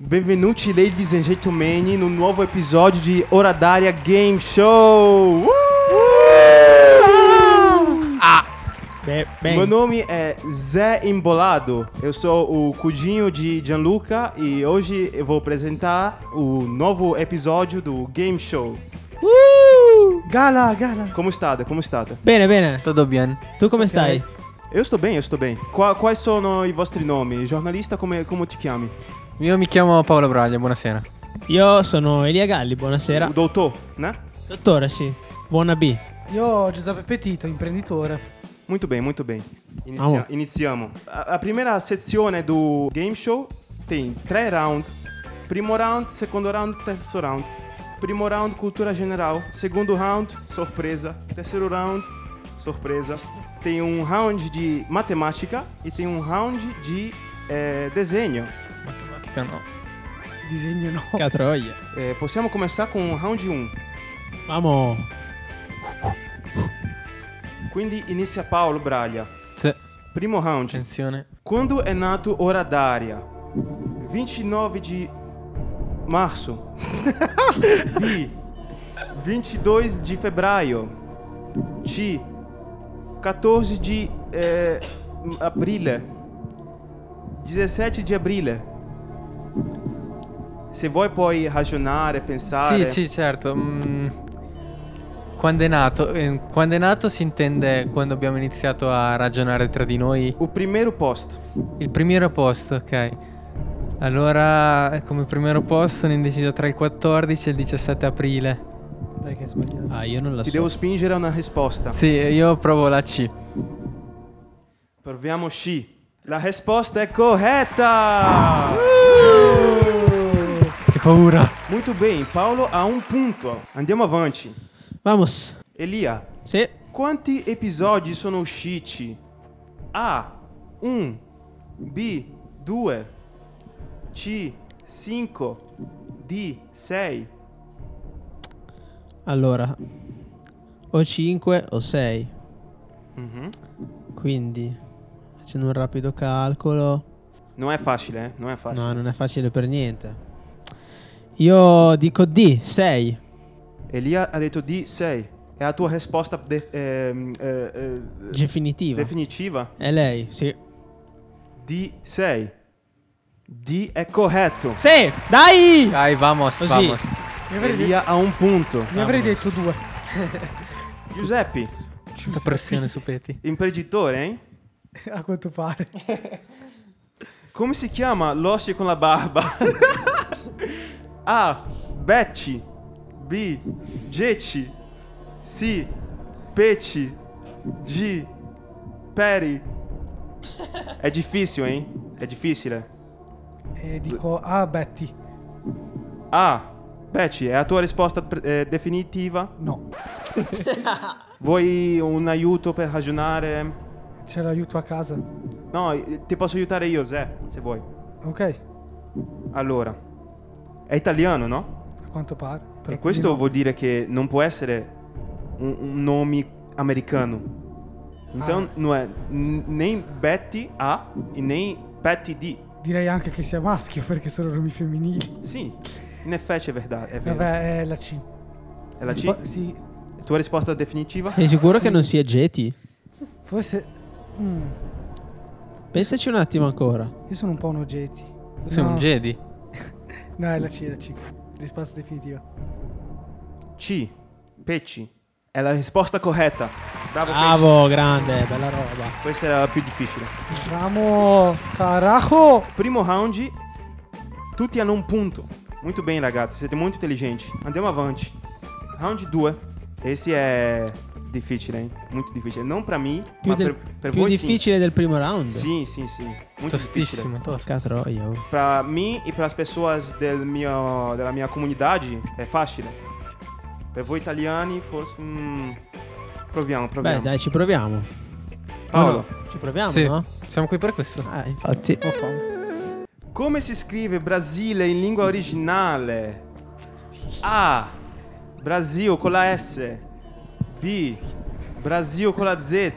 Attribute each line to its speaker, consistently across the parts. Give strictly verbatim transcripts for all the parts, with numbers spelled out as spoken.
Speaker 1: Benvenuti ladies and gentlemen in un nuovo episodio di Ora d'Aria Game Show. Uh! Ah!
Speaker 2: Beh, bem.
Speaker 1: Meu nome é Zé Embolado, eu sou o cudinho de Gianluca e hoje eu vou apresentar o novo episódio do Game Show.
Speaker 2: Uh! Gala, gala.
Speaker 1: Come state? Come state?
Speaker 2: Bene, bene.
Speaker 3: Tutto bene.
Speaker 2: Tu come stai?
Speaker 1: Eu estou bem, eu estou bem. Qua- quais sono i vostri nomi? Giornalista, come, come ti chiami?
Speaker 3: Io mi chiamo Paolo Braglia, buonasera.
Speaker 2: Io sono Elia Galli, buonasera.
Speaker 1: O doutor, né?
Speaker 2: Dottore, sì. Buona B.
Speaker 4: Io Giuseppe Petito, imprenditore.
Speaker 1: Muito bem, muito bem. Inizia-
Speaker 2: Vamos.
Speaker 1: iniziamo. A, a primeira sezione do game show tem tre round. Primo round, secondo round, terzo round. Primo round, cultura general. Segundo round, surpresa. Terceiro round, surpresa. Tem um round de matemática e tem um round de eh, desenho.
Speaker 3: Matematica no.
Speaker 4: Disegno no.
Speaker 2: Catroia.
Speaker 1: Eh, possiamo começar com o round um.
Speaker 2: Vamos.
Speaker 1: Quindi inizia Paolo Braglia.
Speaker 3: Sì.
Speaker 1: Primo round.
Speaker 3: Attenzione.
Speaker 1: Quando è nato Ora d'Aria? ventinove de março. B. vinte e dois de fevereiro. C. quatorze de eh, aprile. dezessete de aprile. Se vuoi puoi ragionare, pensare.
Speaker 3: Sì, sì, certo. Mm, quando è nato? Eh, quando è nato si intende quando abbiamo iniziato a ragionare tra di noi.
Speaker 1: O primeiro posto.
Speaker 3: Il primo posto, ok. Allora, eh, come primo posto sono indeciso tra il quattordici e il diciassette aprile.
Speaker 4: Dai che è sbagliato.
Speaker 2: Ah, io non la
Speaker 1: Ti
Speaker 2: so.
Speaker 1: devo spingere a una risposta.
Speaker 3: Sì, io provo la C.
Speaker 1: Proviamo C. La risposta è corretta!
Speaker 3: Che paura.
Speaker 1: Muito bem, Paolo ha un punto. Andiamo avanti.
Speaker 2: Vamos.
Speaker 1: Elia,
Speaker 2: Sì.
Speaker 1: quanti episodi sono usciti? A. um. B. due. C. cinque. D. sei.
Speaker 2: Allora. O cinque o sei.
Speaker 1: Mhm.
Speaker 2: Quindi, facendo un rapido calcolo.
Speaker 1: Non è facile, eh? Non è facile.
Speaker 2: No, non è facile per niente. Io dico D, sei.
Speaker 1: Elia ha detto D. sei. È la tua risposta de- ehm, eh, eh,
Speaker 2: Definitiva.
Speaker 1: definitiva?
Speaker 2: È lei, sì.
Speaker 1: D. sei. D è corretto.
Speaker 2: Sì, dai!
Speaker 3: Dai, vamos,
Speaker 2: Così.
Speaker 3: vamos.
Speaker 4: Mi avrei, de-
Speaker 1: Elia ha un punto.
Speaker 4: mi avrei detto due.
Speaker 1: Giuseppe,
Speaker 3: Tutta pressione su Peti.
Speaker 1: imprenditore, eh?
Speaker 4: A quanto pare.
Speaker 1: Come si chiama l'osso con la barba? A. Betty. B. Geci. C. Peci. G. Peri. È difficile, eh? È difficile.
Speaker 4: E dico ah Betty.
Speaker 1: A. Betty, è la tua risposta eh, definitiva?
Speaker 4: No.
Speaker 1: Vuoi un aiuto per ragionare?
Speaker 4: C'è l'aiuto a casa.
Speaker 1: No, eh, ti posso aiutare io, Zé, se vuoi.
Speaker 4: Ok.
Speaker 1: Allora, è italiano, no?
Speaker 4: A quanto pare. Però
Speaker 1: E questo
Speaker 4: quindi no.
Speaker 1: vuol dire che non può essere un, un nome americano. Então
Speaker 4: Ah.
Speaker 1: non è n- nem Betty A e nem Betty D.
Speaker 4: Direi anche che sia maschio perché sono nomi femminili.
Speaker 1: Sì, in effetti è verdad, è vero.
Speaker 4: Vabbè, è la C.
Speaker 1: È la C?
Speaker 4: Rispo- Sì.
Speaker 1: Tua risposta definitiva?
Speaker 2: Sei sicuro
Speaker 4: Sì.
Speaker 2: che non sia Jeti?
Speaker 4: Forse. Mm,
Speaker 2: Pensaci un attimo ancora.
Speaker 4: io sono un po' un oggetti.
Speaker 3: Tu sei un Jedi.
Speaker 4: No, è la C, è la C. Risposta definitiva.
Speaker 1: C. Pecci. È la risposta corretta. Bravo, Pecci.
Speaker 2: Bravo, grande, bella roba.
Speaker 1: Questa era la più difficile.
Speaker 4: Vamo, carajo!
Speaker 1: Primo round, tutti hanno un punto. Molto bene ragazzi, siete molto intelligenti. Andiamo avanti. Round due. Esse è difficile, eh? Molto difficile. Non per me,
Speaker 2: Più,
Speaker 1: ma
Speaker 2: del-
Speaker 1: per, per
Speaker 2: più
Speaker 1: voi
Speaker 2: difficile del primo round.
Speaker 1: sì. Sì, sì, sì. Molto
Speaker 3: Tostissimo,
Speaker 1: difficile.
Speaker 3: tosto.
Speaker 2: Catroia. oh.
Speaker 1: Para mim e para as pessoas del mio, della mia comunidade è facile. Per voi italiani forse... mm, proviamo,
Speaker 2: Beh,
Speaker 1: proviamo.
Speaker 2: dai, ci proviamo.
Speaker 1: Paolo,
Speaker 2: No, Ci proviamo,
Speaker 3: Sì,
Speaker 2: no?
Speaker 3: siamo qui per questo.
Speaker 2: Ah, infatti.
Speaker 4: Ho fame.
Speaker 1: come si scrive Brasile in lingua originale? A. Brasil con la S. B. Brasil con la Z.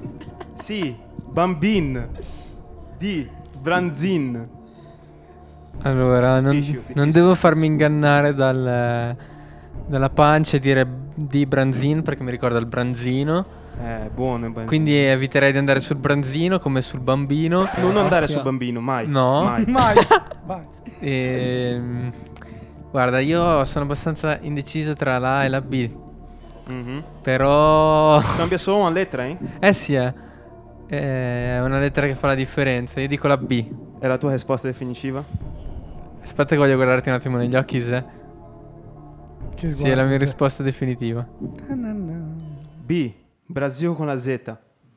Speaker 1: C. Bambin. D. Branzin.
Speaker 3: Allora, non,
Speaker 1: Difficile,
Speaker 3: non
Speaker 1: difficile.
Speaker 3: devo farmi ingannare dal, dalla pancia e dire di Branzin perché mi ricorda il branzino.
Speaker 1: Eh, buono. buono.
Speaker 3: Quindi eviterei di andare sul branzino come sul bambino.
Speaker 1: Non andare
Speaker 2: Occhio.
Speaker 1: sul bambino, mai.
Speaker 3: No.
Speaker 1: Mai.
Speaker 4: Mai. Vai.
Speaker 3: E, guarda, io sono abbastanza indeciso tra la A e la B.
Speaker 1: Mhm.
Speaker 3: Però...
Speaker 1: Cambia solo una lettera, eh?
Speaker 3: Eh sì, è. È una lettera che fa la differenza. Io dico la B.
Speaker 1: È la tua risposta definitiva?
Speaker 3: Aspetta che voglio guardarti un attimo negli occhi, se.
Speaker 4: Che
Speaker 3: Sì, è la mia
Speaker 4: sguardo,
Speaker 3: risposta definitiva.
Speaker 4: se- Na, na, na.
Speaker 1: B. Brasile con la Z.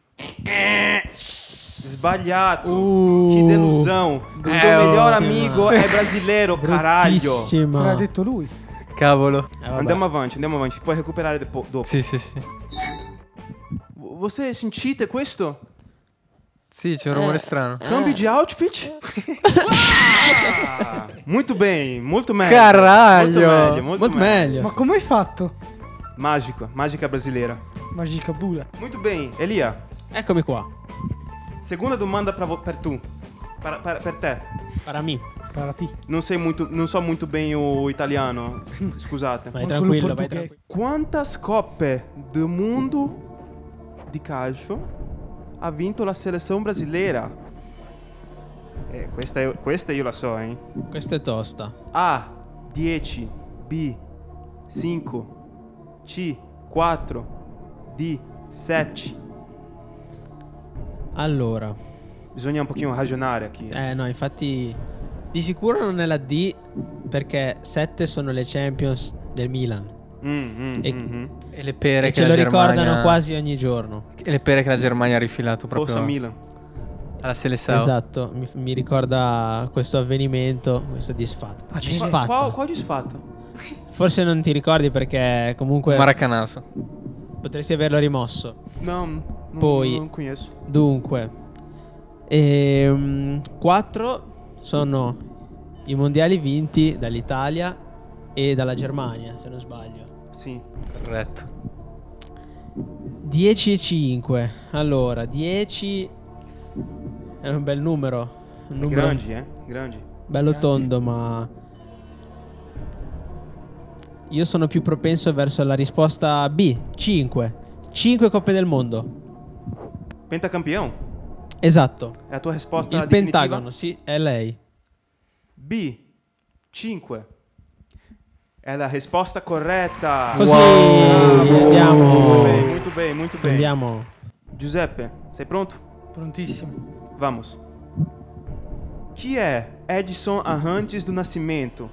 Speaker 1: Sbagliato.
Speaker 2: Uh.
Speaker 1: Che delusão. Il tuo
Speaker 3: Eh,
Speaker 1: miglior
Speaker 3: oh.
Speaker 1: amigo è brasileiro, caralho.
Speaker 2: Bruttissima.
Speaker 4: L'ha detto lui.
Speaker 3: Cavolo.
Speaker 2: Eh, vabbè.
Speaker 1: Andiamo avanti, andiamo avanti. Puoi recuperare depo- dopo.
Speaker 3: Sì, sì, sì.
Speaker 1: Você sentite questo?
Speaker 3: Sì, c'è un rumore strano.
Speaker 1: Cambio di outfit? Ah, muito bem, molto meglio.
Speaker 3: Caralho.
Speaker 1: Molto meglio, molto,
Speaker 2: Molto meglio.
Speaker 4: Ma come hai fatto?
Speaker 1: Magico, magica brasileira.
Speaker 4: Magica bula.
Speaker 1: Muito bem, Elia.
Speaker 2: Eccomi qua.
Speaker 1: Segunda domanda pra vo- per tu. Per, per- per te.
Speaker 2: Para me.
Speaker 4: Per ti.
Speaker 1: Non, sei muito, non so molto bene o italiano. Scusate.
Speaker 2: Vai
Speaker 4: Quello
Speaker 2: tranquillo, vai
Speaker 4: portoghese.
Speaker 2: tranquillo.
Speaker 1: Quantas coppe do mundo di calcio ha vinto la selezione brasileira? Eh, questa, io- questa io la so, eh.
Speaker 2: Questa è tosta.
Speaker 1: A dieci, B cinque, C quattro, D sette.
Speaker 2: Allora.
Speaker 1: Bisogna un pochino ragionare qui.
Speaker 2: Eh no, infatti di sicuro non è la D perché sette sono le Champions del Milan
Speaker 1: Mm, mm,
Speaker 2: E-
Speaker 1: mm, mm.
Speaker 3: E le pere
Speaker 2: e
Speaker 3: che
Speaker 2: ce
Speaker 3: la
Speaker 2: lo ricordano
Speaker 3: Germania...
Speaker 2: quasi ogni giorno.
Speaker 3: E le pere che la Germania ha rifilato proprio
Speaker 1: Forza Milan.
Speaker 3: alla Seleção.
Speaker 2: Esatto, mi, mi ricorda questo avvenimento, questo disfatto.
Speaker 4: Ah, sì.
Speaker 2: disfatto.
Speaker 1: Qual, qual disfatto?
Speaker 2: Forse non ti ricordi perché comunque
Speaker 3: Maracanazo.
Speaker 2: potresti averlo rimosso.
Speaker 1: No, non,
Speaker 2: Poi-
Speaker 1: non conheço.
Speaker 2: Dunque, ehm, quattro sono i mondiali vinti dall'Italia e dalla Germania, se non sbaglio.
Speaker 1: Sì.
Speaker 3: Corretto.
Speaker 2: dieci e cinque. Allora, dieci è un bel numero. Un numero
Speaker 1: Grandi, eh? Grandi.
Speaker 2: bello
Speaker 4: Grandi.
Speaker 2: tondo, ma io sono più propenso verso la risposta B, cinque. cinque coppe del mondo.
Speaker 1: Pentacampeão?
Speaker 2: Esatto.
Speaker 1: È la tua risposta
Speaker 2: Il
Speaker 1: definitiva?
Speaker 2: Pentagono, sì, è lei.
Speaker 1: B cinque. È la risposta corretta.
Speaker 2: Così
Speaker 3: Wow.
Speaker 2: andiamo.
Speaker 1: Molto bene, molto bene, molto bene.
Speaker 2: Andiamo.
Speaker 1: Giuseppe, sei pronto?
Speaker 4: Prontissimo.
Speaker 1: Vamos. Chi è Edson Arantes do Nascimento?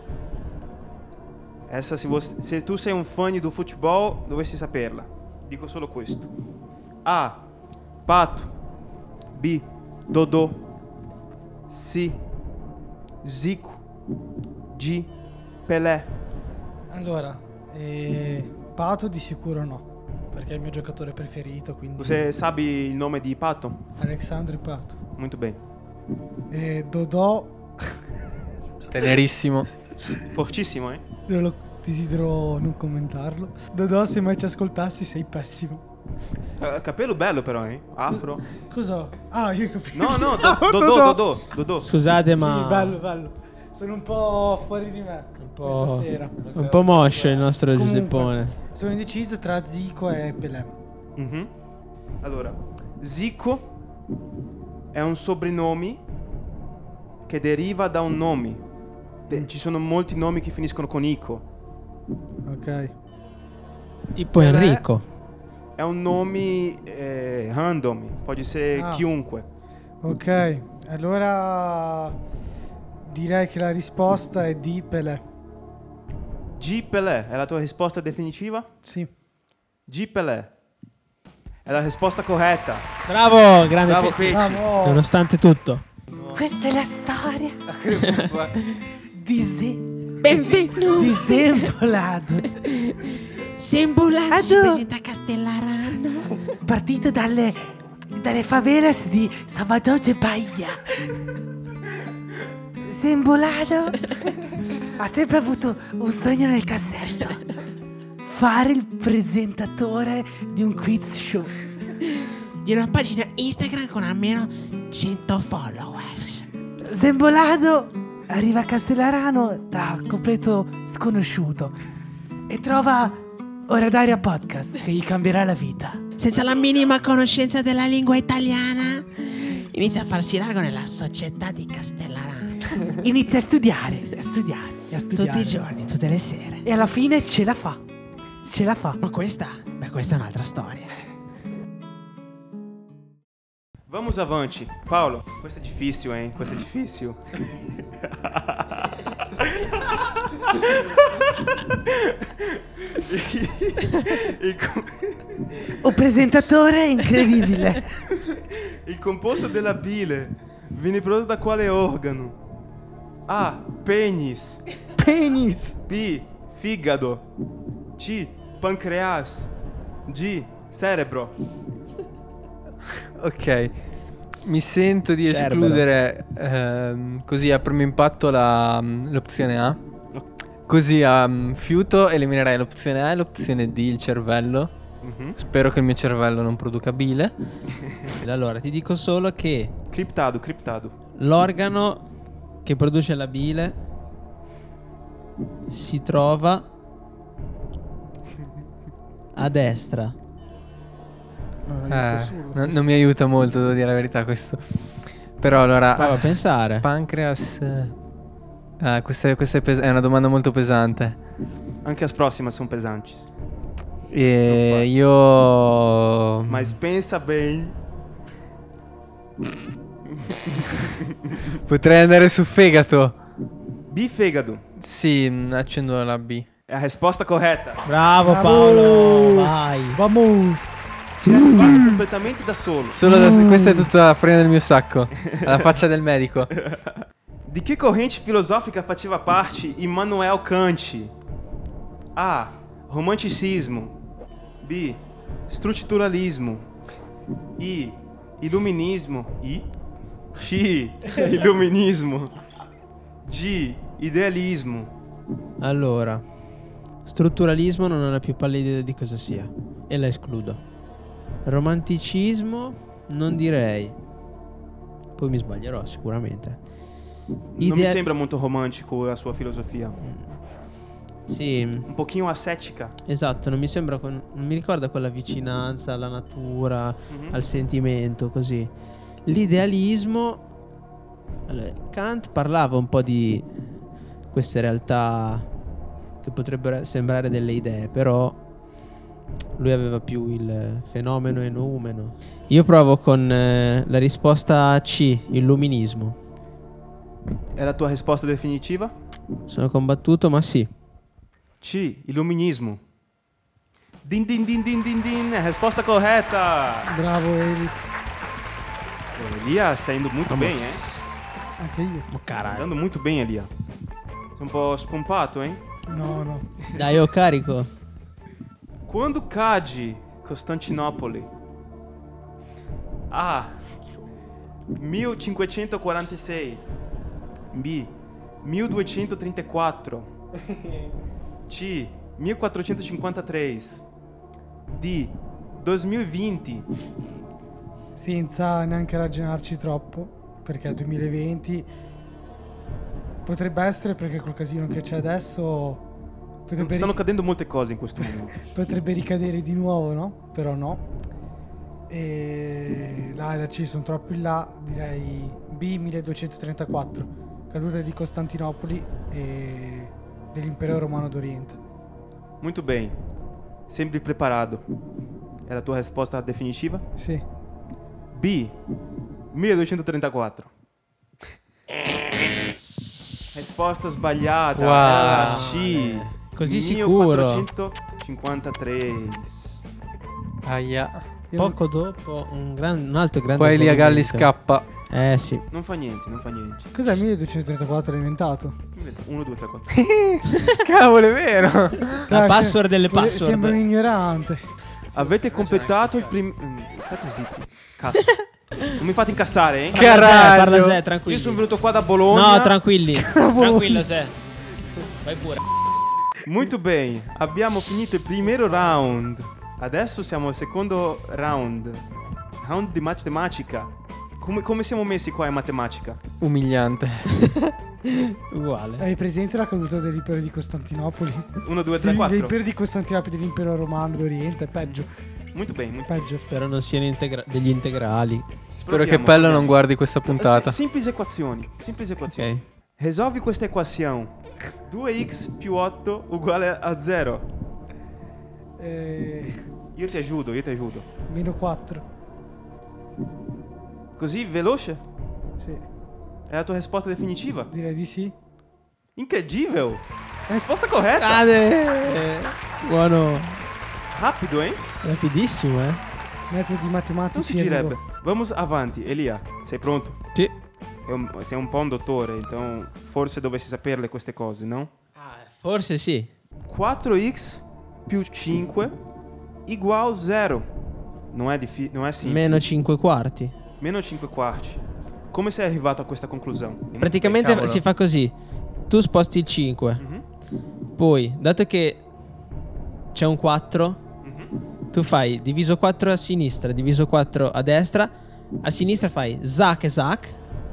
Speaker 1: Essa, se, você, se tu sei un fan do futebol, dovresti saperla. Dico solo questo. A. Pato. B. Dodô. C. Zico. D. Pelé.
Speaker 4: Allora, eh, Pato di sicuro no. Perché è il mio giocatore preferito, quindi
Speaker 1: Você sabe il nome di Pato?
Speaker 4: Alexandre Pato.
Speaker 1: Muito bem.
Speaker 4: E Dodò,
Speaker 3: Tenerissimo.
Speaker 1: Fortissimo, eh?
Speaker 4: io lo desidero non commentarlo. Dodò, se mai ci ascoltassi sei pessimo.
Speaker 1: Eh, capello bello però, eh? Afro.
Speaker 4: Cosa? Ah, io ho capito.
Speaker 1: No, no, do- Dodò, Dodò, Dodò.
Speaker 2: Scusate,
Speaker 4: Sì,
Speaker 2: ma
Speaker 4: bello, bello. Sono un po' fuori di me
Speaker 2: un
Speaker 4: questa
Speaker 2: po',
Speaker 4: sera.
Speaker 2: un po' moscio il nostro
Speaker 4: Comunque,
Speaker 2: Giuseppone.
Speaker 4: sono indeciso tra Zico e Pelé.
Speaker 1: Mhm. Allora, Zico è un soprannome che deriva da un nome. De- ci sono molti nomi che finiscono con Ico.
Speaker 4: Ok.
Speaker 2: Tipo
Speaker 1: Pelé
Speaker 2: Enrico.
Speaker 1: È un nome eh, random, può essere
Speaker 4: Ah.
Speaker 1: chiunque.
Speaker 4: Ok, allora direi che la risposta è di Pelé.
Speaker 1: G. Pelé è la tua risposta definitiva?
Speaker 4: Sì.
Speaker 1: G. Pelé è la risposta corretta.
Speaker 2: Bravo, grande
Speaker 1: Bravo,
Speaker 2: Pe-
Speaker 1: Pecci.
Speaker 4: Bravo.
Speaker 2: Nonostante tutto.
Speaker 5: Questa è la storia di Se...
Speaker 6: Benvenuti.
Speaker 5: di Sembolado.
Speaker 6: Sembolato si
Speaker 5: Addio.
Speaker 6: presenta a Castellarano.
Speaker 5: Partito dalle, dalle favelas di Salvador de Bahia. Sembolado ha sempre avuto un sogno nel cassetto. Fare il presentatore di un quiz show.
Speaker 6: Di una pagina Instagram con almeno cento followers.
Speaker 5: Sembolado arriva a Castellarano da completo sconosciuto e trova Ora d'aria podcast che gli cambierà la vita.
Speaker 6: Senza la minima conoscenza della lingua italiana, inizia a farsi largo nella società di Castellarano.
Speaker 5: Inizia a studiare, a studiare, a studiare.
Speaker 6: Tutti i giorni, tutte le sere.
Speaker 5: E alla fine ce la fa. Ce la fa.
Speaker 6: Ma questa, beh, questa è un'altra storia.
Speaker 1: Vamos avanti. Paulo, questo è difficile, hein? Questo è difficile. il, com-
Speaker 5: Un presentatore incredibile.
Speaker 1: il composto della bile viene prodotto da quale organo? A. Pênis.
Speaker 5: Penis.
Speaker 1: B. Fígado. C. Pancreas. D. Cerebro.
Speaker 3: Ok, mi sento di
Speaker 2: Cerbero.
Speaker 3: escludere ehm, così a primo impatto la, l'opzione A. Così a um, fiuto eliminerei l'opzione A e l'opzione D, il cervello.
Speaker 1: Mhm.
Speaker 3: Spero che il mio cervello non produca bile.
Speaker 2: Allora, ti dico solo che
Speaker 1: Criptado, criptado.
Speaker 2: l'organo che produce la bile si trova a destra.
Speaker 3: Eh, non, non mi aiuta molto, devo dire la verità questo. Però allora
Speaker 2: Prova a
Speaker 3: ah,
Speaker 2: pensare.
Speaker 3: pancreas eh, ah, questa, questa è, pes- è una domanda molto pesante.
Speaker 1: Anche as próximas são pesantes.
Speaker 3: E io
Speaker 1: Mas pensa bem.
Speaker 3: potrei andare su fegato.
Speaker 1: B. Fígado.
Speaker 3: Sì, mh, accendo la B.
Speaker 1: É a resposta correta.
Speaker 2: Bravo
Speaker 4: Bravo.
Speaker 2: Paolo, vai.
Speaker 4: Vamos.
Speaker 1: Ci hai fatto completamente da solo.
Speaker 3: Solo da, questa è tutta la farina del mio sacco. Alla faccia del medico.
Speaker 1: Di che corrente filosofica faceva parte Immanuel Kant? A. Romanticismo. B. Struturalismo. I. Iluminismo. I. C. Iluminismo. D. Idealismo.
Speaker 2: Allora, strutturalismo non ho la più pallida idea di cosa sia e la escludo. Romanticismo non direi. Poi mi sbaglierò sicuramente.
Speaker 1: Non mi
Speaker 2: Idea-
Speaker 1: sembra molto romantico a sua filosofia.
Speaker 2: Sì,
Speaker 1: Un pochino ascetica.
Speaker 2: esatto, non mi sembra con- non mi ricorda quella vicinanza alla natura,
Speaker 1: Mhm.
Speaker 2: al sentimento, così. L'idealismo, allora, Kant parlava un po' di queste realtà che potrebbero sembrare delle idee, però lui aveva più il fenomeno e noumeno. Io provo con eh, la risposta C, illuminismo.
Speaker 1: È la tua risposta definitiva?
Speaker 2: Sono combattuto, ma sì.
Speaker 1: C. Iluminismo. Din din din din din din. É a resposta correta.
Speaker 4: Bravo Eli.
Speaker 1: Pô, Elia, está indo muito
Speaker 2: Vamos.
Speaker 1: bem, hein?
Speaker 4: Anche io.
Speaker 2: Ma
Speaker 1: Tá
Speaker 2: caralho.
Speaker 1: andando muito bem, Elia. Sei un po' spompato, hein?
Speaker 4: No, no.
Speaker 2: Dai, io carico.
Speaker 1: Quando cade Costantinopoli? A. mil cinquecento e quarenta e seis. B. mil duecento e trinta e quattro. C. mil quatrocentos e cinquanta e três. D. duemilaventi.
Speaker 4: Senza neanche ragionarci troppo, perché duemilaventi potrebbe essere, perché col casino che c'è adesso potrebbe,
Speaker 1: Stanno
Speaker 4: ri-
Speaker 1: cadendo molte cose in questo momento.
Speaker 4: potrebbe ricadere di nuovo, no? Però no. E la e la C sono troppo in là, direi B milleduecentotrentaquattro, caduta di Costantinopoli e dell'impero romano d'Oriente.
Speaker 1: Muito bem. Sempre preparado. É a tua resposta definitiva?
Speaker 4: Sì.
Speaker 1: B. milleduecentotrentaquattro. Risposta sbagliata.
Speaker 3: Wow.
Speaker 1: Era la C.
Speaker 2: Così sicuro.
Speaker 1: millequattrocentocinquantatré.
Speaker 3: Aia.
Speaker 2: Poco dopo un, gran- un altro grande
Speaker 3: Qua Elia Galli
Speaker 2: movimento.
Speaker 3: scappa.
Speaker 2: Eh sì.
Speaker 1: Non fa niente, non fa niente.
Speaker 4: Cos'è milleduecentotrentaquattro l'hai inventato?
Speaker 1: uno, due, tre, quattro.
Speaker 3: Cavolo, è vero.
Speaker 2: La
Speaker 4: Dai,
Speaker 2: password
Speaker 4: se-
Speaker 2: delle
Speaker 4: pure-
Speaker 2: password.
Speaker 4: Sembra un ignorante.
Speaker 1: Avete completato il primo... State zitti. Cazzo. Non mi fate incassare, eh?
Speaker 3: Che-
Speaker 2: Parla Zè,
Speaker 3: Caraglio.
Speaker 2: parla Zè,
Speaker 1: Io
Speaker 2: tranquilli.
Speaker 1: sono venuto qua da Bologna.
Speaker 2: No, tranquilli. Tranquillo, Zè. Vai pure.
Speaker 1: Muito bem, abbiamo finito il primo round. Adesso siamo al secondo round. Round di matematica. Come, come siamo messi qua in matematica?
Speaker 3: Umiliante.
Speaker 2: Uguale.
Speaker 4: Hai presente la caduta dell'impero di Costantinopoli?
Speaker 1: uno, due, tre,
Speaker 4: Del-
Speaker 1: quattro.
Speaker 4: Dell'impero di Costantinopoli, dell'impero romano d'Oriente, peggio,
Speaker 1: Molto bene, molto
Speaker 4: peggio.
Speaker 2: Spero non siano integra- degli integrali.
Speaker 3: Spero che Pello non guardi questa puntata.
Speaker 1: S- semplici equazioni. Semplici equazioni.
Speaker 2: Ok.
Speaker 1: Risolvi questa equazione. due x più otto uguale a zero.
Speaker 4: Eh,
Speaker 1: Io ti aiuto, io ti aiuto.
Speaker 4: meno quattro.
Speaker 1: Così veloce?
Speaker 4: Sì,
Speaker 1: È la tua risposta definitiva?
Speaker 4: direi di sì.
Speaker 1: Incredibile! È la risposta corretta!
Speaker 2: Cade! Buono.
Speaker 1: Rapido, hein?
Speaker 2: Rapidissimo, eh.
Speaker 4: Metodi matematici.
Speaker 1: Non si
Speaker 4: e
Speaker 1: girerebbe.
Speaker 4: nego-
Speaker 1: Vamos avanti. Elia, sei pronto?
Speaker 2: Sì.
Speaker 1: Sei un, sei un po' un dottore, então forse dovresti saperle queste cose, no?
Speaker 2: Forse sì.
Speaker 1: quattro x più cinque uguale zero. Non è, diffi- non è semplice.
Speaker 2: Meno cinque quarti.
Speaker 1: Meno cinque quarti. Come sei arrivato a questa conclusione?
Speaker 2: Praticamente
Speaker 3: cavolo.
Speaker 2: si fa così. Tu sposti il cinque.
Speaker 1: Mhm,
Speaker 2: Poi, dato che c'è un quattro,
Speaker 1: mhm.
Speaker 2: tu fai diviso quattro a sinistra, diviso quattro a destra. A sinistra fai zac e zac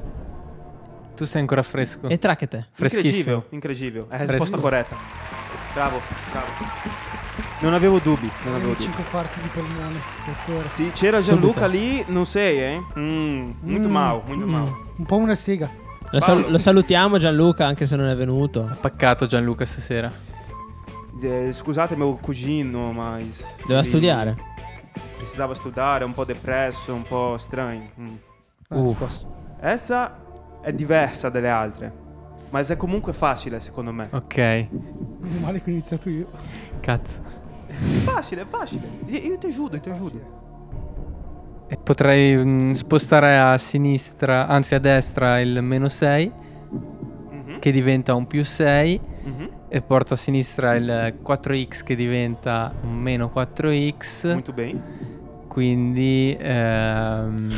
Speaker 3: Tu sei ancora fresco.
Speaker 2: e tracchete.
Speaker 3: Freschissimo.
Speaker 1: Incredibile, incredibile. È la
Speaker 3: Fresco.
Speaker 1: risposta corretta. Bravo, bravo. Non avevo dubbi, non avevo
Speaker 4: Meno
Speaker 1: dubbi.
Speaker 4: cinque quarti di polmone, dottore.
Speaker 1: Sì, c'era Gianluca
Speaker 2: Subito.
Speaker 1: lì, non sei, eh? Mm, molto
Speaker 4: Mm,
Speaker 1: male, molto
Speaker 2: mm.
Speaker 1: male.
Speaker 4: Un po' una sega.
Speaker 2: Lo, sal- lo salutiamo Gianluca anche se non è venuto.
Speaker 3: Paccato Gianluca stasera.
Speaker 1: Eh, scusate mio cugino, ma...
Speaker 2: Doveva studiare.
Speaker 1: Precisava studiare, un po' depresso, un po' strano. Mm.
Speaker 4: Ah,
Speaker 3: Uh.
Speaker 4: risposta.
Speaker 1: Essa è diversa dalle altre, ma è comunque facile secondo me.
Speaker 3: Ok.
Speaker 4: Meno male che ho iniziato io.
Speaker 3: Cazzo.
Speaker 1: Facile, facile. Io ti aiuto, io ti aiuto.
Speaker 3: E potrei mm, spostare a sinistra, anzi a destra il meno sei,
Speaker 1: Mhm,
Speaker 3: che diventa un più sei.
Speaker 1: mhm.
Speaker 3: E porto a sinistra il quattro x che diventa un meno quattro x.
Speaker 1: Molto bene.
Speaker 3: Quindi ehm,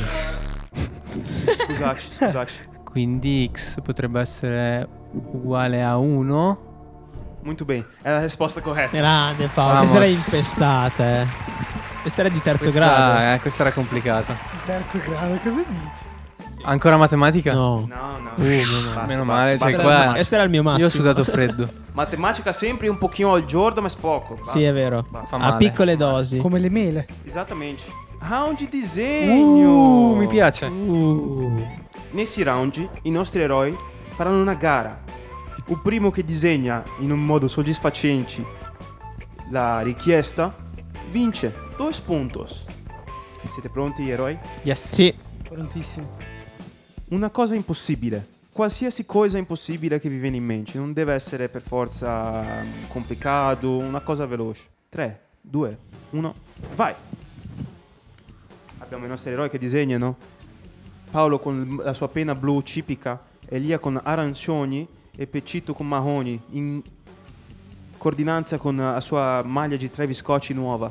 Speaker 1: Scusaci, scusaci.
Speaker 3: quindi x potrebbe essere uguale a uno.
Speaker 1: Molto bene, è la risposta corretta.
Speaker 2: Grande Paolo,
Speaker 3: Vamos.
Speaker 2: questa era impestata, eh. Questa era di terzo
Speaker 3: Questa,
Speaker 2: grado.
Speaker 3: eh, questa era complicata.
Speaker 4: Il terzo grado, cosa dici?
Speaker 3: Ancora matematica?
Speaker 2: No.
Speaker 1: No, no.
Speaker 2: Uh, meno male.
Speaker 1: Basta,
Speaker 3: Meno
Speaker 1: basta,
Speaker 3: male,
Speaker 1: basta.
Speaker 3: cioè,
Speaker 2: Questo
Speaker 3: qua-
Speaker 2: era, questo era il mio massimo.
Speaker 3: Io ho sudato freddo.
Speaker 1: Matematica sempre un pochino al giorno, ma è poco. Basta.
Speaker 2: Sì, è vero.
Speaker 1: Basta.
Speaker 3: Fa
Speaker 2: A
Speaker 3: male.
Speaker 2: piccole dosi.
Speaker 4: Come le mele.
Speaker 1: Esattamente. Round di disegno.
Speaker 3: Uh, mi piace.
Speaker 2: Uh.
Speaker 1: Nessi round i nostri eroi faranno una gara. Il primo che disegna in un modo soddisfacente la richiesta vince due puntos. Siete pronti, eroi?
Speaker 3: Yes.
Speaker 2: Sì.
Speaker 4: Prontissimo.
Speaker 1: Una cosa impossibile. Qualsiasi cosa impossibile che vi viene in mente. Non deve essere per forza mm, complicato, una cosa veloce. tre, due, uno, vai! Abbiamo i nostri eroi che disegnano. Paolo con la sua penna blu cipica, Elia con arancioni e Pecito con marroni, in coordinanza con la sua maglia di Travis Scott nuova.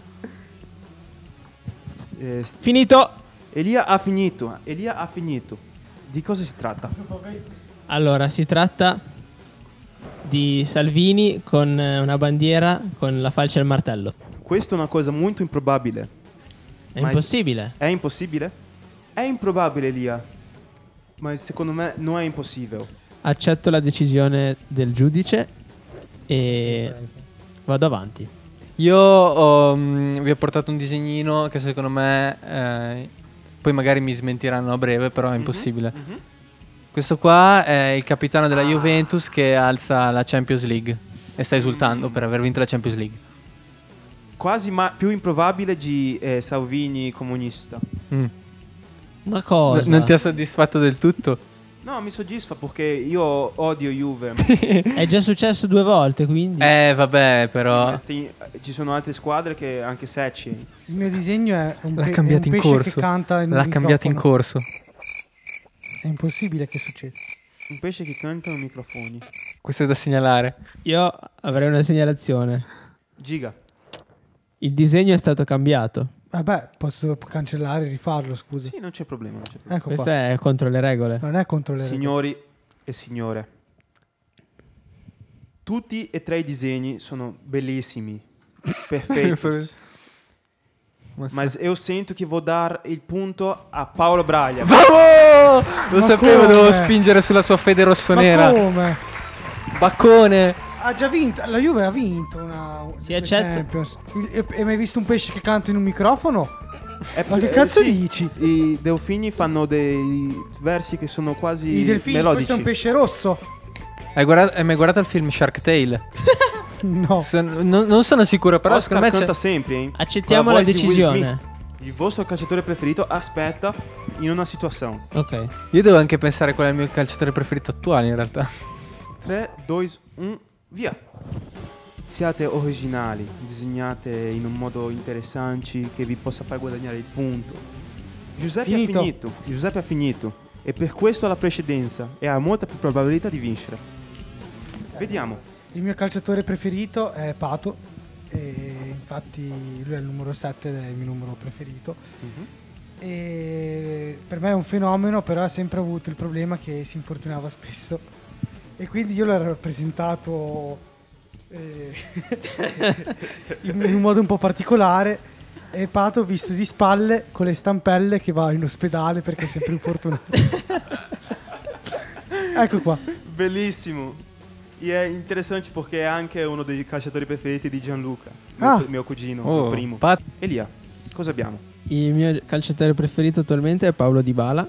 Speaker 1: Eh,
Speaker 2: Finito.
Speaker 1: Elia ha finito, Elia ha finito. Di cosa si tratta?
Speaker 2: Allora, si tratta di Salvini con eh, una bandiera con la falce e il martello.
Speaker 1: Questa è una cosa molto improbabile.
Speaker 2: È
Speaker 1: Ma è-
Speaker 2: impossibile.
Speaker 1: È impossibile? È improbabile, Elia. Ma secondo me non è impossibile.
Speaker 2: Accetto la decisione del giudice e vado avanti.
Speaker 3: Io ho, mm, vi ho portato un disegnino che secondo me eh, poi magari mi smentiranno a breve, però è impossibile.
Speaker 1: Mhm.
Speaker 3: Questo qua è il capitano della Juventus che alza la Champions League e sta esultando per aver vinto la Champions League.
Speaker 1: Quasi ma più improbabile di eh, Salvini comunista.
Speaker 3: Mm.
Speaker 2: Ma cosa?
Speaker 3: N- non ti ha soddisfatto del tutto?
Speaker 1: No, mi soddisfa perché io odio Juve.
Speaker 2: È già successo due volte, quindi.
Speaker 3: Eh vabbè, però
Speaker 1: Questi- ci sono altre squadre che anche Secci.
Speaker 4: Il mio disegno è un,
Speaker 3: l'ha
Speaker 4: pe- è
Speaker 3: cambiato
Speaker 4: un
Speaker 3: in
Speaker 4: pesce
Speaker 3: corso.
Speaker 4: che canta in
Speaker 3: L'ha cambiato in
Speaker 4: microfono.
Speaker 3: corso.
Speaker 4: È impossibile che succeda.
Speaker 1: Un pesce che canta nei microfoni.
Speaker 3: Questo è da segnalare.
Speaker 2: Io avrei una segnalazione.
Speaker 1: Giga.
Speaker 2: Il disegno è stato cambiato.
Speaker 4: Vabbè, posso cancellare e rifarlo, scusi.
Speaker 1: Sì, non c'è problema. Non c'è problema.
Speaker 4: Ecco
Speaker 2: Questo
Speaker 4: qua.
Speaker 2: è contro le regole.
Speaker 4: Non è contro le regole.
Speaker 1: Signori e signore, tutti e tre i disegni sono bellissimi, perfetti. Ma io sento che vuol dare il punto a Paolo Braglia.
Speaker 3: Vamo! Lo
Speaker 4: Ma
Speaker 3: sapevo,
Speaker 4: come?
Speaker 3: dovevo spingere sulla sua fede
Speaker 4: Ma
Speaker 3: rossonera.
Speaker 4: come?
Speaker 3: Baccone.
Speaker 4: Ha già vinto, la Juve ha vinto una
Speaker 2: Si
Speaker 4: una
Speaker 2: accetta.
Speaker 4: Champions. Il- e- Hai mai visto un pesce che canta in un microfono?
Speaker 1: Eh,
Speaker 4: Ma che
Speaker 1: eh,
Speaker 4: cazzo
Speaker 1: sì,
Speaker 4: dici?
Speaker 1: I delfini fanno dei versi che sono quasi
Speaker 4: I delfini,
Speaker 1: melodici.
Speaker 4: questo è un pesce rosso?
Speaker 3: Hai, guardato, hai mai guardato il film Shark Tale?
Speaker 4: No.
Speaker 3: Son- non, non sono sicuro, però
Speaker 1: Oscar
Speaker 3: secondo me
Speaker 1: canta
Speaker 3: c'è...
Speaker 1: sempre. eh.
Speaker 2: Accettiamo
Speaker 1: Con
Speaker 2: la
Speaker 1: voce di Will
Speaker 2: decisione.
Speaker 1: Smith. Il vostro calciatore preferito aspetta in una situazione.
Speaker 2: Ok.
Speaker 3: Io devo anche pensare qual è il mio calciatore preferito attuale, in realtà.
Speaker 1: tre, due, uno, via. Siate originali, disegnate in un modo interessante che vi possa far guadagnare il punto. Giuseppe
Speaker 4: Finito.
Speaker 1: ha finito, Giuseppe ha finito e per questo ha la precedenza e ha molta più probabilità di vincere. Vediamo.
Speaker 4: Il mio calciatore preferito è Pato. E infatti lui è il numero sette ed è il mio numero preferito.
Speaker 1: Mhm.
Speaker 4: E per me è un fenomeno, però ha sempre avuto il problema che si infortunava spesso. E quindi io l'ho rappresentato eh, in un modo un po' particolare. E Pato visto di spalle con le stampelle che va in ospedale perché è sempre infortunato. Ecco qua.
Speaker 1: Bellissimo. E è interessante perché è anche uno dei calciatori preferiti di Gianluca,
Speaker 4: Ah.
Speaker 1: mio, mio cugino,
Speaker 3: Oh,
Speaker 1: il primo.
Speaker 3: Pat-
Speaker 1: Elia, cosa abbiamo?
Speaker 2: Il mio calciatore preferito attualmente è Paolo Dybala.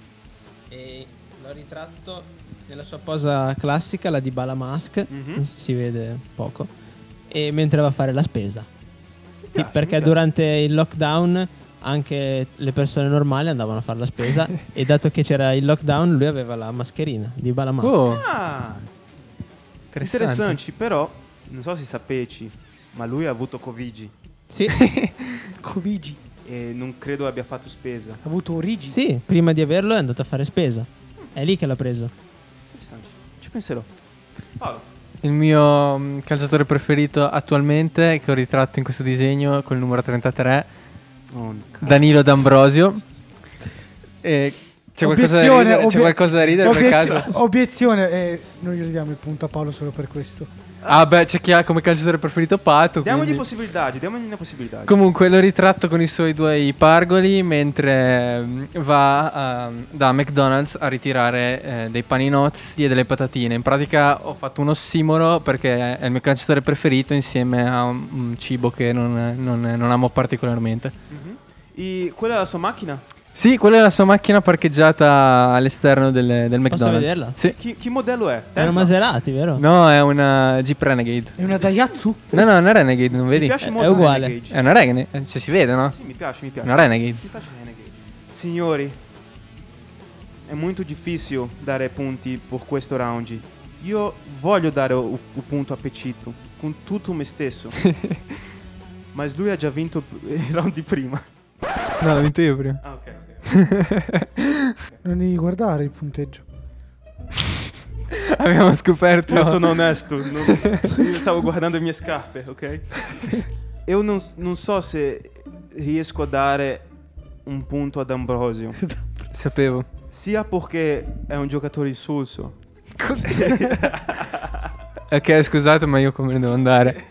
Speaker 2: E l'ho ritratto nella sua posa classica, la Dybala Mask.
Speaker 1: Mhm.
Speaker 2: Si vede poco. E mentre va a fare la spesa. Sì,
Speaker 1: piace, mi
Speaker 2: perché
Speaker 1: piace.
Speaker 2: durante il lockdown anche le persone normali andavano a fare la spesa. E dato che c'era il lockdown, lui aveva la mascherina Dybala Mask.
Speaker 3: Oh,
Speaker 1: Ah,
Speaker 3: interessante.
Speaker 1: interessante, però non so se sapeci, ma lui ha avuto Covid
Speaker 2: Sì,
Speaker 4: Covigi.
Speaker 1: e non credo abbia fatto spesa.
Speaker 4: Ha avuto origini.
Speaker 2: sì, prima di averlo è andato a fare spesa. È lì che l'ha preso.
Speaker 1: Interessante, ci penserò. Paolo.
Speaker 3: Il mio mm, calciatore preferito attualmente, che ho ritratto in questo disegno col numero trentatré,
Speaker 1: Oh,
Speaker 3: Danilo D'Ambrosio. E c'è qualcosa da
Speaker 4: Obiezione,
Speaker 3: ridere, c'è
Speaker 4: obie-
Speaker 3: qualcosa da ridere per
Speaker 4: obiezio-
Speaker 3: caso?
Speaker 4: Obiezione, eh, noi gli diamo il punto a Paolo solo per questo.
Speaker 3: Ah beh, c'è chi ha come calciatore preferito Pato.
Speaker 1: Diamogli
Speaker 3: quindi-
Speaker 1: possibilità, diamogli una possibilità.
Speaker 3: Comunque lo ritratto con i suoi due pargoli mentre mm, va ehm, da McDonald's a ritirare eh, dei paninotti e delle patatine. In pratica ho fatto un ossimoro perché è il mio calciatore preferito insieme a un, un cibo che non, non- non amo particolarmente.
Speaker 1: Mhm. E quella è la sua macchina?
Speaker 3: Sì, quella è la sua macchina parcheggiata all'esterno del, del McDonald's.
Speaker 2: vederla?
Speaker 3: Sì.
Speaker 1: Chi, chi modello è?
Speaker 2: È
Speaker 1: Tesla?
Speaker 2: una Maserati, vero?
Speaker 3: No, è una Jeep Renegade.
Speaker 4: È una Daihatsu?
Speaker 3: No, no, è una Renegade, non
Speaker 1: Mi
Speaker 3: vedi?
Speaker 1: piace
Speaker 2: È-
Speaker 1: molto
Speaker 2: è uguale.
Speaker 1: Renegade.
Speaker 3: È una Renegade, se si vede, no?
Speaker 1: Sì, mi piace, mi piace.
Speaker 3: Una Renegade.
Speaker 1: Mi piace Renegade. Signori, è molto difficile dare punti per questo round. Io voglio dare un punto a Pecito con tutto me stesso. Ma lui ha già vinto il round di prima.
Speaker 3: No, l'ho vinto io prima.
Speaker 1: Ah, ok, ok.
Speaker 4: Non devi guardare il punteggio.
Speaker 3: Abbiamo scoperto.
Speaker 1: Io sono onesto, non- io stavo guardando le mie scarpe, ok? Io non, non so se riesco a dare un punto ad Ambrosio,
Speaker 3: Sapevo.
Speaker 1: sia perché è un giocatore insulso.
Speaker 3: Ok, scusate, ma io come ne devo andare?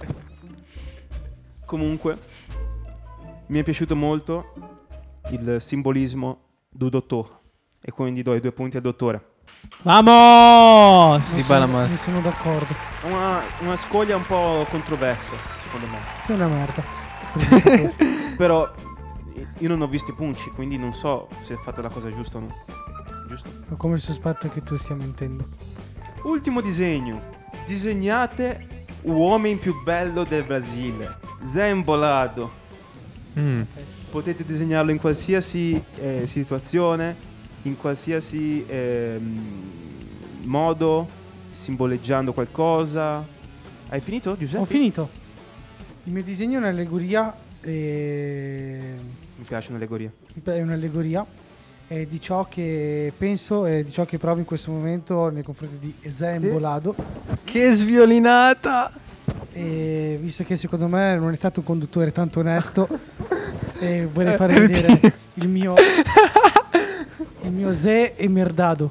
Speaker 1: Comunque, mi è piaciuto molto il simbolismo del dottore e quindi do i due punti al dottore.
Speaker 2: Vamos!
Speaker 3: Di Bala
Speaker 4: Non
Speaker 3: Mask.
Speaker 4: sono d'accordo.
Speaker 1: Una, una scoglia un po' controversa, secondo me.
Speaker 4: Sei una merda.
Speaker 1: Però io non ho visto i punti, quindi non so se ho fatto la cosa giusta o no. Giusto?
Speaker 4: Ho come il sospetto che tu stia mentendo.
Speaker 1: Ultimo disegno. Disegnate l'uomo più bello del Brasile. Zé Embolado.
Speaker 3: Mm.
Speaker 1: Potete disegnarlo in qualsiasi eh, situazione, in qualsiasi ehm, modo, simboleggiando qualcosa. Hai finito, Giuseppe?
Speaker 4: Ho finito. Il mio disegno è un'allegoria. E...
Speaker 1: Mi piace un'allegoria.
Speaker 4: È un'allegoria eh, di ciò che penso e di ciò che provo in questo momento nei confronti di Zé Embolado.
Speaker 3: Che sviolinata!
Speaker 4: E visto che secondo me non è stato un conduttore tanto onesto, e vorrei fare
Speaker 3: Eh,
Speaker 4: vedere il mio il mio Zé Emerdado.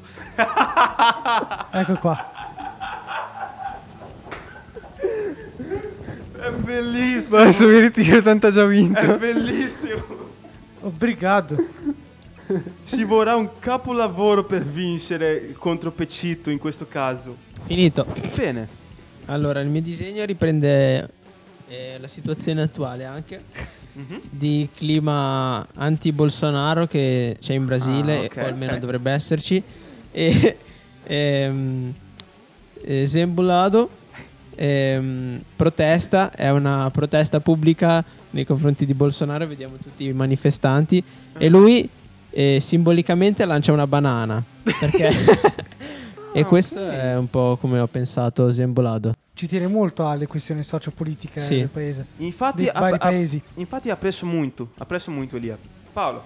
Speaker 4: Ecco qua.
Speaker 1: bellissimo.
Speaker 3: Adesso mi ritiro, tanto ha già vinto.
Speaker 1: È bellissimo.
Speaker 4: Obrigado.
Speaker 1: Ci vorrà un capolavoro per vincere contro Pecito in questo caso.
Speaker 2: Finito.
Speaker 1: Bene.
Speaker 2: Allora, il mio disegno riprende eh, la situazione attuale anche
Speaker 1: Mhm.
Speaker 2: di clima anti-Bolsonaro che c'è in Brasile,
Speaker 1: Ah, ok,
Speaker 2: o almeno
Speaker 1: ok.
Speaker 2: dovrebbe esserci. E ehm, eh, Zembulado ehm, protesta, è una protesta pubblica nei confronti di Bolsonaro, vediamo tutti i manifestanti e lui eh, simbolicamente lancia una banana perché e
Speaker 1: Ah,
Speaker 2: questo
Speaker 1: ok.
Speaker 2: è un po' come ho pensato Zembulado.
Speaker 4: Ci tiene molto alle questioni sociopolitiche
Speaker 2: Sì.
Speaker 4: del paese.
Speaker 1: Infatti
Speaker 4: Dei
Speaker 1: ha,
Speaker 4: vari
Speaker 1: ha-
Speaker 4: paesi.
Speaker 1: infatti apprezzo molto, apprezzo molto Elia. Paolo.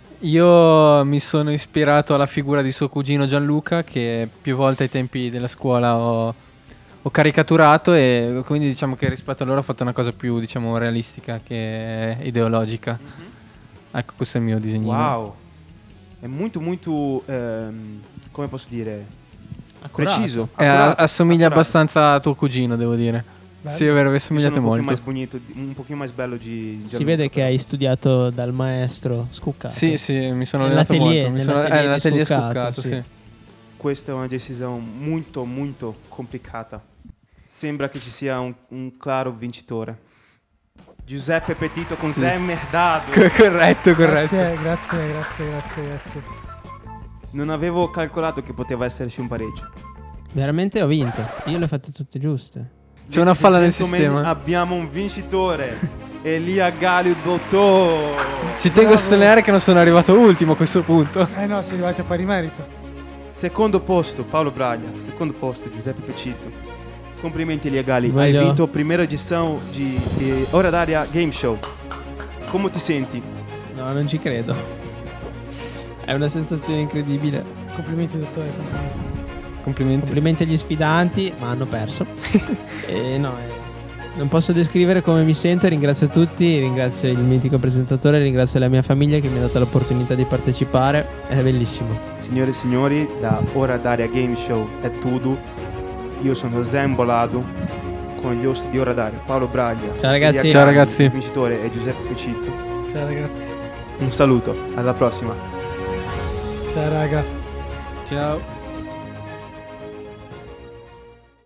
Speaker 3: Io mi sono ispirato alla figura di suo cugino Gianluca, che più volte ai tempi della scuola ho, ho caricaturato, e quindi diciamo che rispetto a loro ho fatto una cosa più, diciamo, realistica che ideologica. Ecco, questo è il mio disegnino.
Speaker 1: Wow. È molto molto ehm, come posso dire,
Speaker 2: Accurato.
Speaker 1: preciso.
Speaker 3: Eh,
Speaker 1: accurato,
Speaker 3: assomiglia
Speaker 1: accurato.
Speaker 3: abbastanza a tuo cugino, devo dire.
Speaker 4: Bello.
Speaker 3: Sì, è vero, vi
Speaker 1: Io sono
Speaker 3: assomigliate
Speaker 1: un pochino
Speaker 3: molto.
Speaker 1: mais bonito, un pochino mais bello di
Speaker 2: Si
Speaker 1: Gianluca,
Speaker 2: vede che
Speaker 1: però.
Speaker 2: hai studiato dal maestro Scuccato.
Speaker 3: Sì, sì, mi sono allenato
Speaker 2: Nell'atelier,
Speaker 3: molto. Mi sono, eh,
Speaker 2: nell'atelier di
Speaker 3: nell'atelier
Speaker 2: Scuccato,
Speaker 3: Scuccato,
Speaker 2: sì.
Speaker 3: sì.
Speaker 1: Questa è una decisione molto molto complicata. Sembra che ci sia un, un chiaro vincitore. Giuseppe Petito con
Speaker 3: Sì.
Speaker 1: Zé Merdado.
Speaker 3: Co- corretto, corretto.
Speaker 4: Grazie, grazie, grazie, grazie, grazie.
Speaker 1: Non avevo calcolato che poteva esserci un pareggio.
Speaker 2: Veramente ho vinto. Io le ho fatte tutte giuste.
Speaker 3: C'è una falla nel
Speaker 1: Gentlemen,
Speaker 3: sistema.
Speaker 1: Abbiamo un vincitore. Elia Galio Dotto.
Speaker 3: Ci tengo a
Speaker 4: Bravo.
Speaker 3: sottolineare che non sono arrivato ultimo a questo punto.
Speaker 4: Eh no, sei arrivati a pari merito.
Speaker 1: Secondo posto Paolo Braglia. Secondo posto Giuseppe Pecito. Complimenti Elia Gali.
Speaker 2: Voglio-
Speaker 1: Hai vinto la prima edizione di eh, Ora d'Aria Game Show. Come ti senti?
Speaker 2: No, non ci credo. È una sensazione incredibile.
Speaker 4: Complimenti dottore, complimenti.
Speaker 3: Complimenti.
Speaker 2: Complimenti agli sfidanti, ma hanno perso. E no, eh, non posso descrivere come mi sento. Ringrazio tutti, ringrazio il mitico presentatore, ringrazio la mia famiglia che mi ha dato l'opportunità di partecipare. È bellissimo.
Speaker 1: Signore e signori, da Ora d'Aria Game Show è tutto. Io sono Zembolado con gli host di Ora d'Aria, Paolo Braglia.
Speaker 2: Ciao, ragazzi.
Speaker 1: Elia
Speaker 3: Ciao,
Speaker 1: Galli,
Speaker 3: ragazzi.
Speaker 1: Il vincitore è Giuseppe Pecito.
Speaker 4: Ciao ragazzi.
Speaker 1: Un saluto, alla prossima.
Speaker 4: Ciao raga.
Speaker 3: Ciao.